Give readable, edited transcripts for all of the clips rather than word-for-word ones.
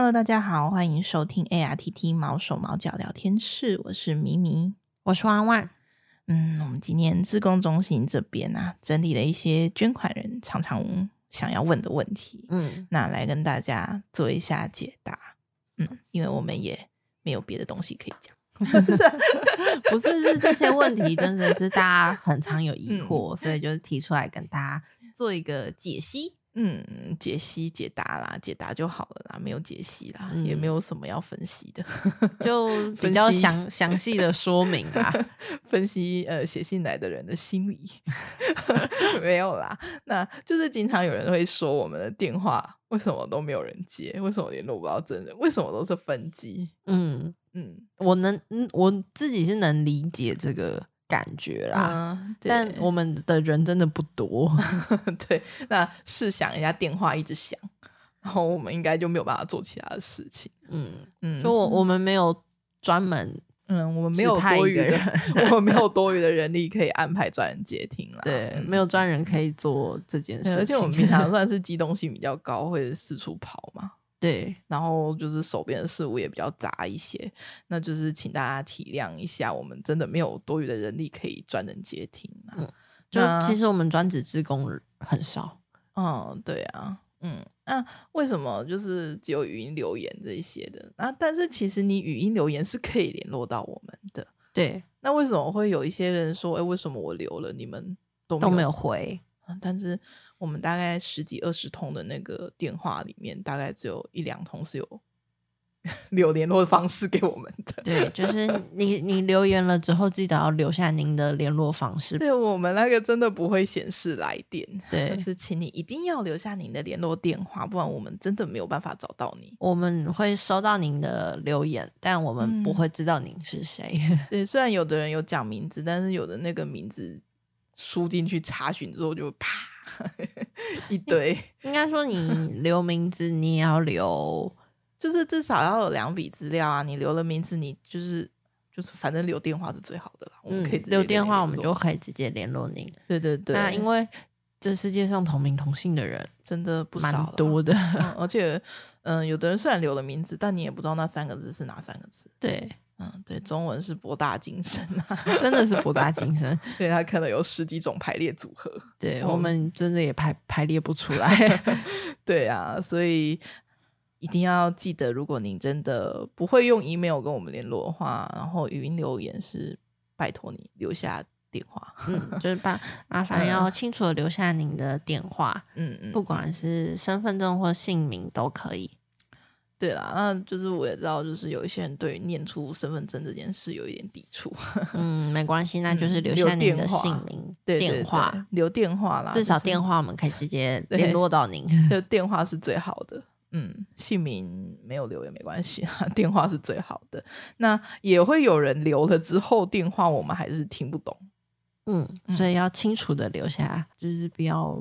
Hello， 大家好，欢迎收听 ARTT 毛手毛脚聊天室，我是咪咪， 我是婉婉。 我们今天志工中心这边啊，整理了一些捐款人常常想要问的问题，那来跟大家做一下解答。因为我们也没有别的东西可以讲。 不是，是这些问题真的是大家很常有疑惑，所以就是提出来跟大家做一个解析。 解析解答啦，解答就好了啦，没有解析啦，也没有什么要分析的， 就比较详细的说明啦。 分析写信来的人的心理没有啦，那就是经常有人会说我们的电话为什么都没有人接，为什么联络不到真人，为什么都是分机。 我自己是能理解这个感觉啦，但我们的人真的不多。 对，那试想一下，电话一直响，然后我们应该就没有办法做其他的事情。 就我们没有专门我们没有多余的我们没有多余的人力可以安排专人接听啦。 对，没有专人可以做这件事情。 而且我们平常算是机动性比较高，会四处跑嘛。 对，然后就是手边的事物也比较杂一些，那就是请大家体谅一下，我们真的没有多余的人力可以专人接听就其实我们专职志工很少。 对啊。那为什么就是只有语音留言这一些的但是其实你语音留言是可以联络到我们的。 对， 那为什么会有一些人说为什么我留了你们都没有回？但是我们大概10几20通的那个电话里面，大概只有1-2通是有留联络方式给我们的。 对，就是你留言了之后记得要留下您的联络方式。 对，我们那个真的不会显示来电， 对， 就是请你一定要留下您的联络电话，不然我们真的没有办法找到你。 我们会收到您的留言，但我们不会知道您是谁。 对，虽然有的人有讲名字，但是有的那个名字输进去查询之后就啪一堆。 应该说你留名字你也要留， 就是至少要有2笔资料啊。你留了名字，你就是反正留电话是最好的啦。我们可以直接留电话，我们就可以直接联络您。 对对对。 那因为这世界上同名同姓的人真的不少， 蛮多的。 而且有的人虽然留了名字，但你也不知道那3个字是哪3个字。 对。 对，中文是博大精深真的是博大精深。 对，它可能有10几种排列组合。 对，我们真的也排列不出来。 对啊，所以一定要记得，如果您真的不会用 email 跟我们联络的话，然后语音留言是拜托你留下电话。 就是麻烦要清楚的留下您的电话。不管是身份证或姓名都可以。 对啦，那就是我也知道，就是有一些人对于念出身份证这件事有一点抵触。 没关系，那就是留下您的姓名、电话， 留电话啦， 至少电话我们可以直接联络到您。 就电话是最好的。姓名没有留也没关系电话是最好的。那也会有人留了之后电话我们还是听不懂。 所以要清楚的留下，就是不要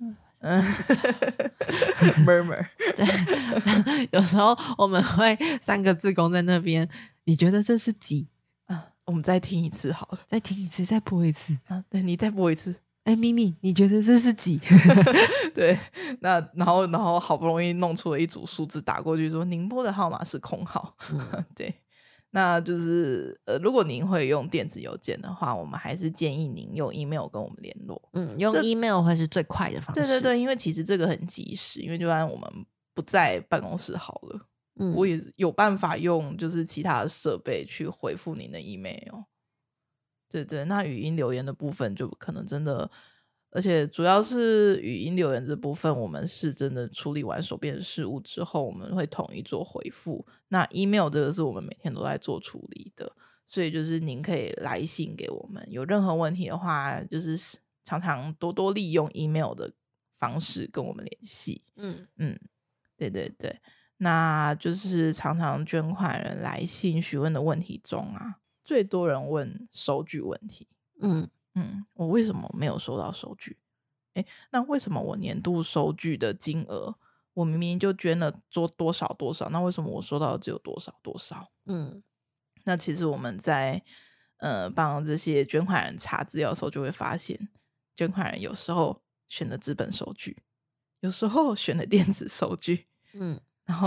murmur。 对，有时候我们会3个志工在那边，你觉得这是几？ 我们再听一次好了。 再听一次，再播一次。 对，你再播一次。 咪咪，你觉得这是几？ 对，那然后好不容易弄出了一组数字打过去说您拨的号码是空号。对，那就是如果您会用电子邮件的话，我们还是建议您用 email 跟我们联络。 用 email 会是最快的方式。 对对对，因为其实这个很及时，因为就算我们不在办公室好了，我也有办法用就是其他的设备去回复您的 email。对对，那语音留言的部分就可能真的，而且主要是语音留言这部分，我们是真的处理完手边的事务之后，我们会统一做回复。那 email 这个是我们每天都在做处理的，所以就是您可以来信给我们，有任何问题的话，就是常常多多利用 email 的方式跟我们联系。对对对，那就是常常捐款人来信询问的问题中啊，最多人问收据问题。我为什么没有收到收据？那为什么我年度收据的金额我明明就捐了做多少多少，那为什么我收到的只有多少多少？那其实我们在帮这些捐款人查资料的时候就会发现，捐款人有时候选的纸本收据，有时候选的电子收据，然后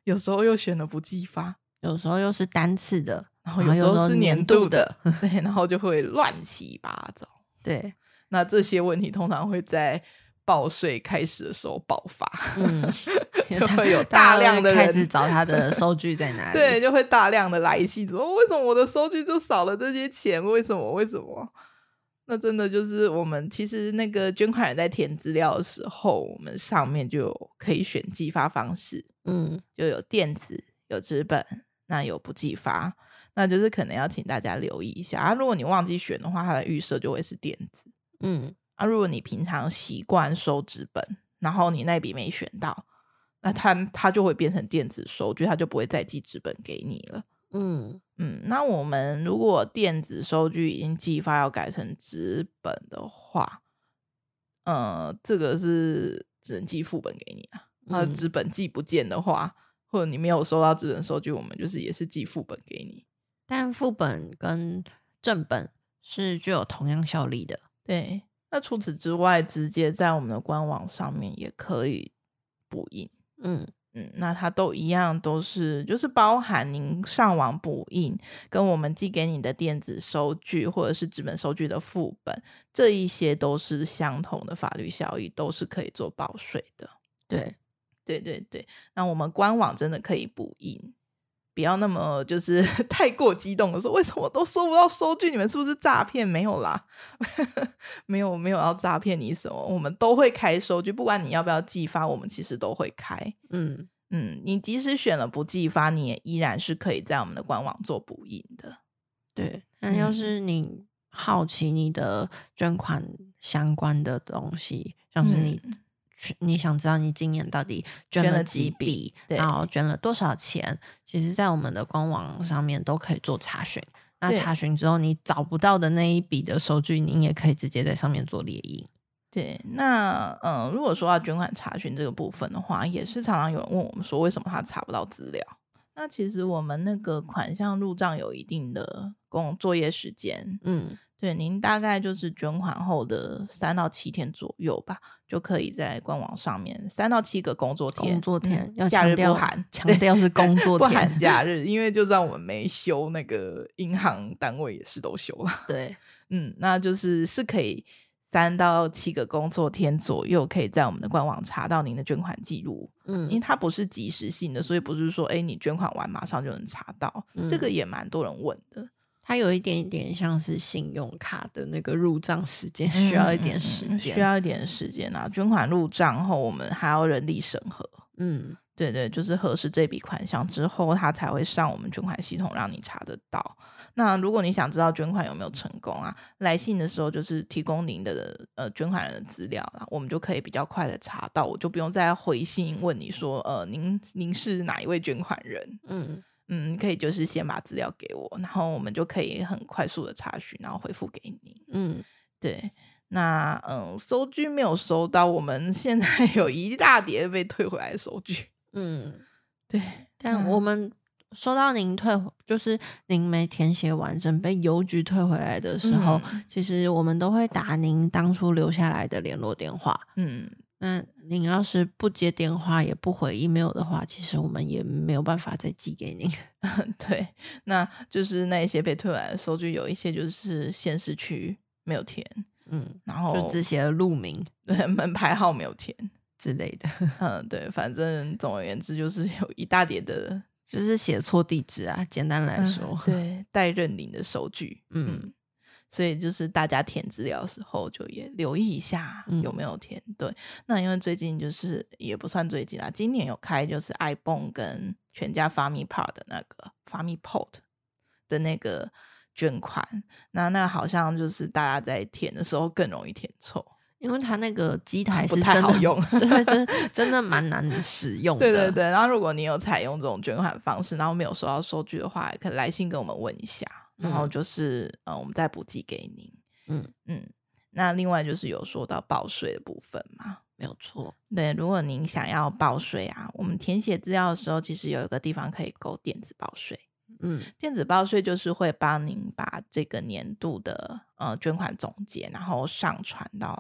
有时候又选了不计发， 有时候又是单次的， 然后有时候是年度的对，然后就会乱七八糟。 对， 那这些问题通常会在报税开始的时候爆发，就会有大量的人开始找他的收据在哪里对，就会大量的来信说为什么我的收据就少了这些钱，为什么。那真的就是我们其实那个捐款人在填资料的时候，我们上面就可以选寄发方式，就有电子有纸本，那有不寄发，那就是可能要请大家留意一下如果你忘记选的话，它的预设就会是电子。如果你平常习惯收纸本，然后你那笔没选到，那它就会变成电子收据，它就不会再寄纸本给你了。那我们如果电子收据已经寄发要改成纸本的话，这个是只能寄副本给你啊。纸本寄不见的话，或者你没有收到纸本收据，我们就是也是寄副本给你。 但副本跟正本是具有同样效力的。 对，那除此之外，直接在我们的官网上面也可以补印。那它都一样，都是就是包含您上网补印跟我们寄给你的电子收据或者是纸本收据的副本，这一些都是相同的法律效益，都是可以做报税的。 对， 那我们官网真的可以补印，不要那么就是太过激动的说为什么我都收不到收据，你们是不是诈骗？没有啦没有要诈骗你什么，我们都会开收据，不管你要不要寄发，我们其实都会开。你即使选了不寄发，你也依然是可以在我们的官网做补印的。 对，那要是你好奇你的捐款相关的东西，像是你想知道你今年到底捐了几笔，然后捐了多少钱，其实在我们的官网上面都可以做查询。那查询之后你找不到的那一笔的收据，你也可以直接在上面做列印。 对，那如果说要捐款查询这个部分的话，也是常常有人问我们说为什么他查不到资料。那其实我们那个款项入账有一定的作业时间，对，您大概就是捐款后的3到7天左右吧，就可以在官网上面3到7个工作天， 要假日不含， 强调是工作天不含假日，因为就算我们没休，那个银行单位也是都休了。 对， 那就是可以3到7个工作天左右可以在我们的官网查到您的捐款记录。因为它不是即时性的，所以不是说你捐款完马上就能查到，这个也蛮多人问的。 它有一点点像是信用卡的那个入账时间，需要一点时间， 需要一点时间啊。捐款入账后，我们还要人力审核。对，就是核实这笔款项之后，它才会上我们捐款系统让你查得到。那如果你想知道捐款有没有成功啊，来信的时候就是提供您的捐款人的资料啦，我们就可以比较快的查到，我就不用再回信问你说您是哪一位捐款人。可以就是先把资料给我，然后我们就可以很快速的查询，然后回复给你。对，那收据没有收到，我们现在有一大叠被退回来的收据。对， 但我们收到您就是您没填写完整被邮局退回来的时候，其实我们都会打您当初留下来的联络电话。那您要是不接电话也不回 email 的话，其实我们也没有办法再寄给您。 对，那就是那一些被退回来的收据，有一些就是县市区没有填，然后就只写了路名， 对，门牌号没有填之类的。 对，反正总而言之就是有一大叠的， 就是写错地址啊，简单来说， 对，待认领的收据。所以就是大家填资料的时候就也留意一下有没有填对。那因为最近就是也不算最近啦，今年有开就是 iPhone 跟全家 FamiPart 的那个 FamiPort 的那个捐款，那好像就是大家在填的时候更容易填错， 因为它那个机台是不太好用对，真的蛮难使用的。 对，然后如果你有采用这种捐款方式然后没有收到收据的话，可以来信跟我们问一下，然后就是我们再补寄给您。那另外就是有说到报税的部分嘛， 没有错。 对，如果您想要报税啊，我们填写资料的时候其实有一个地方可以勾电子报税。电子报税就是会帮您把这个年度的捐款总结然后上传到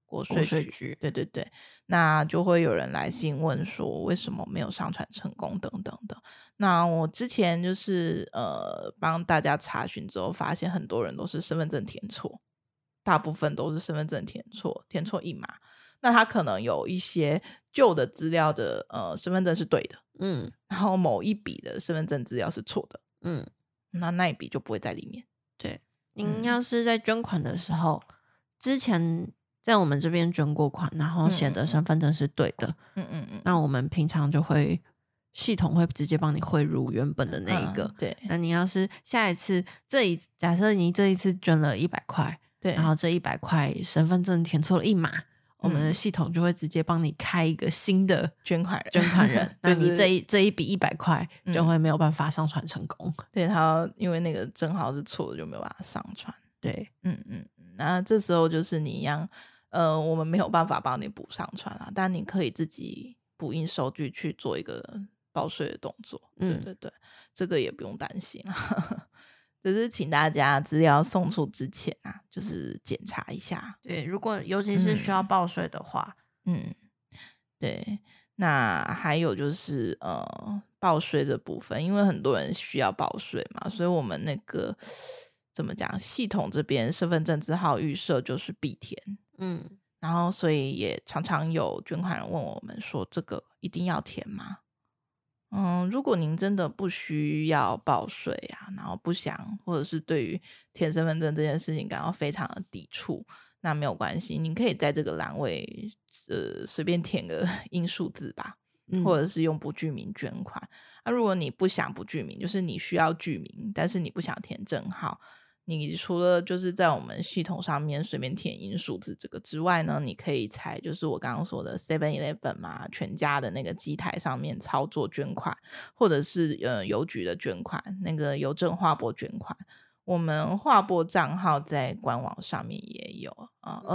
国税局，对对对，那就会有人来信问说为什么没有上传成功等等的。那我之前就是帮大家查询之后，发现很多人都是身份证填错，大部分都是身份证填错一码。那他可能有一些旧的资料的身份证是对的，然后某一笔的身份证资料是错的，那一笔就不会在里面。 对，您要是在捐款的时候，之前在我们这边捐过款，然后写的身份证是对的，那我们平常就会系统会直接帮你汇入原本的那一个。 对， 那你要是下一次假设你这一次捐了100块，对，然后这100块身份证填错了一码，我们的系统就会直接帮你开一个新的捐款人那你这一笔100块就会没有办法上传成功。 对，他因为那个证号是错的，就没有办法上传。 对， 那这时候就是你一样，我们没有办法帮你补上传啦，但你可以自己补印收据去做一个报税的动作。对对对，这个也不用担心啊。只是请大家资料送出之前啊，就是检查一下。 对，如果尤其是需要报税的话， 对。那还有就是报税的部分，因为很多人需要报税嘛，所以我们那个怎么讲，系统这边身份证字号预设就是必填，然后所以也常常有捐款人问我们说，这个一定要填吗？如果您真的不需要报税啊，然后不想或者是对于填身份证这件事情感到非常的抵触，那没有关系，您可以在这个栏位随便填个英数字吧，或者是用不具名捐款。如果你不想不具名，就是你需要具名但是你不想填证号，你除了就是在我们系统上面随便填英数字这个之外呢，你可以采就是我刚刚说的 7-Eleven 嘛，全家的那个机台上面操作捐款，或者是邮局的捐款，那个邮政划拨捐款，我们划拨账号在官网上面也有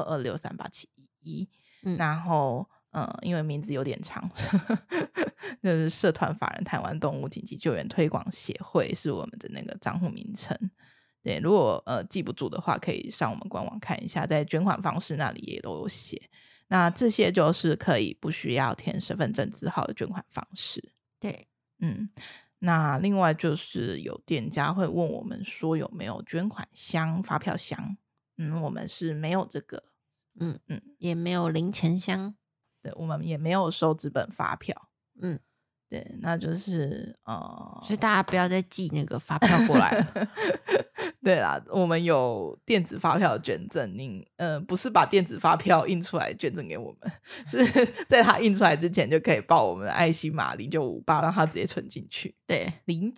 22638711，然后因为名字有点长就是社团法人台湾动物紧急救援推广协会是我们的那个账户名称。对，如果记不住的话，可以上我们官网看一下，在捐款方式那里也都有写。那这些就是可以不需要填身份证字号的捐款方式。 对， 那另外就是有店家会问我们说有没有捐款箱、发票箱，我们是没有这个， 也没有零钱箱， 对，我们也没有收纸本发票，对，那就是所以大家不要再寄那个发票过来了。 对啦，我们有电子发票的捐赠，您不是把电子发票印出来捐赠给我们，是在它印出来之前就可以报我们的爱心码0958，让它直接存进去。 对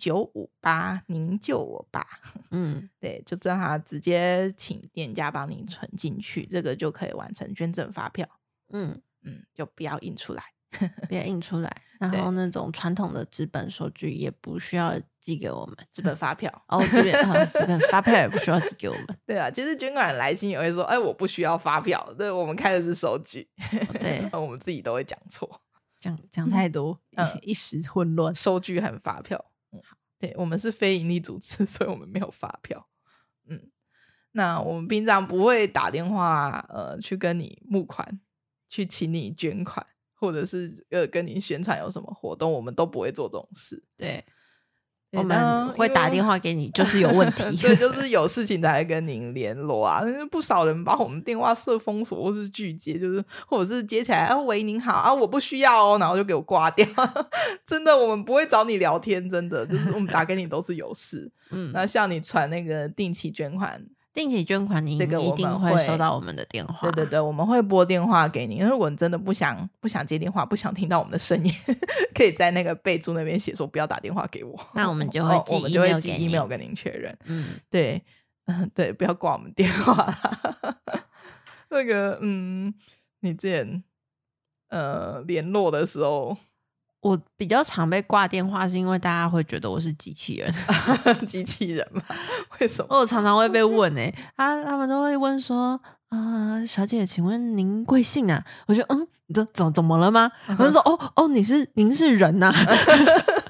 ，0958，您救我吧。对，就让它直接请店家帮您存进去，这个就可以完成捐赠发票。就不要印出来。 不要印出来，然后那种传统的纸本收据也不需要寄给我们， 纸本发票纸本发票也不需要寄给我们。 对啊，其实捐款来信也会说，哎，我不需要发票，对，我们开的是收据。 对， 我们自己都会讲错， 讲太多，一时混乱。 收据和发票，对，我们是非营利组织，所以我们没有发票。那我们平常不会打电话去跟你募款，去请你捐款，或者是跟你宣传有什么活动，我们都不会做这种事。 对，我们会打电话给你就是有问题。 对，就是有事情才会跟您联络啊。不少人把我们电话设封锁或是拒接，就是或者是接起来喂您好我不需要然后就给我挂掉。真的我们不会找你聊天，真的就是我们打给你都是有事。那像你传那个定期捐款，你一定会收到我们的电话。 对，我们会拨电话给你。如果你真的不想接电话，不想听到我们的声音，可以在那个备注那边写说不要打电话给我， 那我们就会寄 email 跟您确认。对，对，不要挂我们电话。那个你之前联络的时候， 我比较常被挂电话是因为大家会觉得我是机器人。 机器人吗？为什么？ 我常常会被问他们都会问说小姐请问您贵姓啊？我就怎么了吗？我就说您是人啊。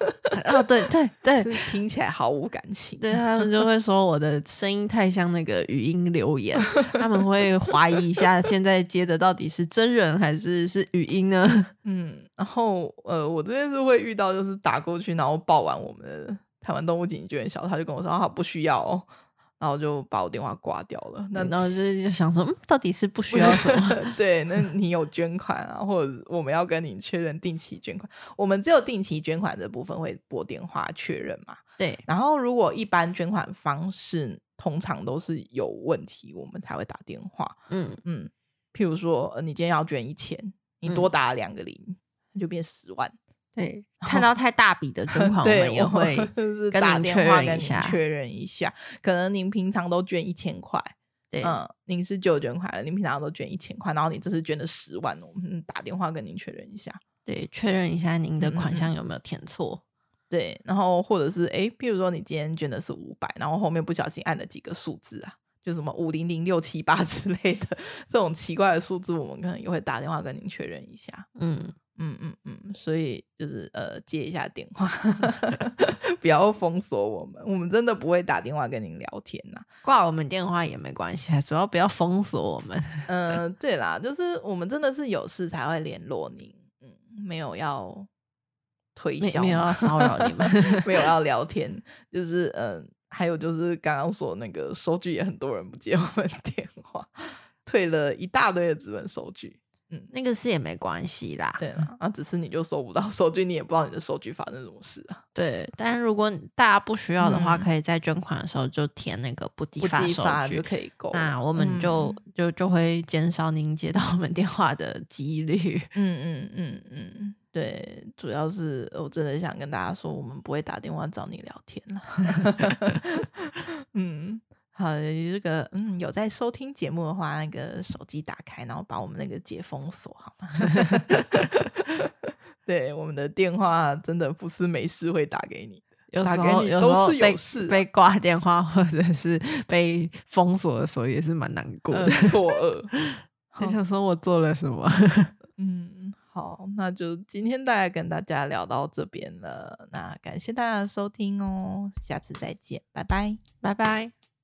哦，对对对， 听起来毫无感情。 对，他们就会说我的声音太像那个语音留言，他们会怀疑一下现在接的到底是真人还是语音呢？ 然后我这边是会遇到就是打过去然后报完我们的台湾动物紧急救援小队，他就跟我说他不需要哦，然后就把我电话挂掉了。 然后就想说到底是不需要什么对，那你有捐款啊，或者我们要跟你确认定期捐款，我们只有定期捐款这部分会拨电话确认嘛。 对， 然后如果一般捐款方式通常都是有问题我们才会打电话。譬如说你今天要捐1000，你多打了2个0，就变10万。 对，看到太大笔的捐款我们也会就是跟您打电话跟您确确认一下，可能您平常都捐1000块， 对， 您是旧捐款了，您平常都捐1000块，然后你这次捐了10万，我们打电话跟您确认一下， 对，确认一下您的款项有没有填错。 对，然后或者是譬如说你今天捐的是500，然后后面不小心按了几个数字啊，就什么500678之类的这种奇怪的数字，我们可能也会打电话跟您确认一下。所以就是接一下电话不要封锁我们真的不会打电话跟您聊天呐， 挂我们电话也没关系，主要不要封锁我们。 对啦，就是我们真的是有事才会联络您，没有要推销， 没有要骚扰你们没有要聊天，就是还有就是刚刚说那个收据也很多人不接我们电话，退了一大堆的纸本收据。 那个是也没关系啦， 对啦，只是你就收不到收据，你也不知道你的收据发生什么事啊。 对，但如果大家不需要的话，可以在捐款的时候就填那个不寄发收据就可以够， 那我们就会减少您接到我们电话的几率。 对，主要是我真的想跟大家说，我们不会打电话找你聊天了。好，这个有在收听节目的话，那个手机打开，然后把我们那个解封锁好吗？对，我们的电话真的不是没事会打给你的，打给你都是有事被挂电话或者是被封锁的时候也是蛮难过的， 错愕。 就想说我做了什么。 好，那就今天大概跟大家聊到这边了，那感谢大家的收听哦，下次再见，拜拜， 拜拜。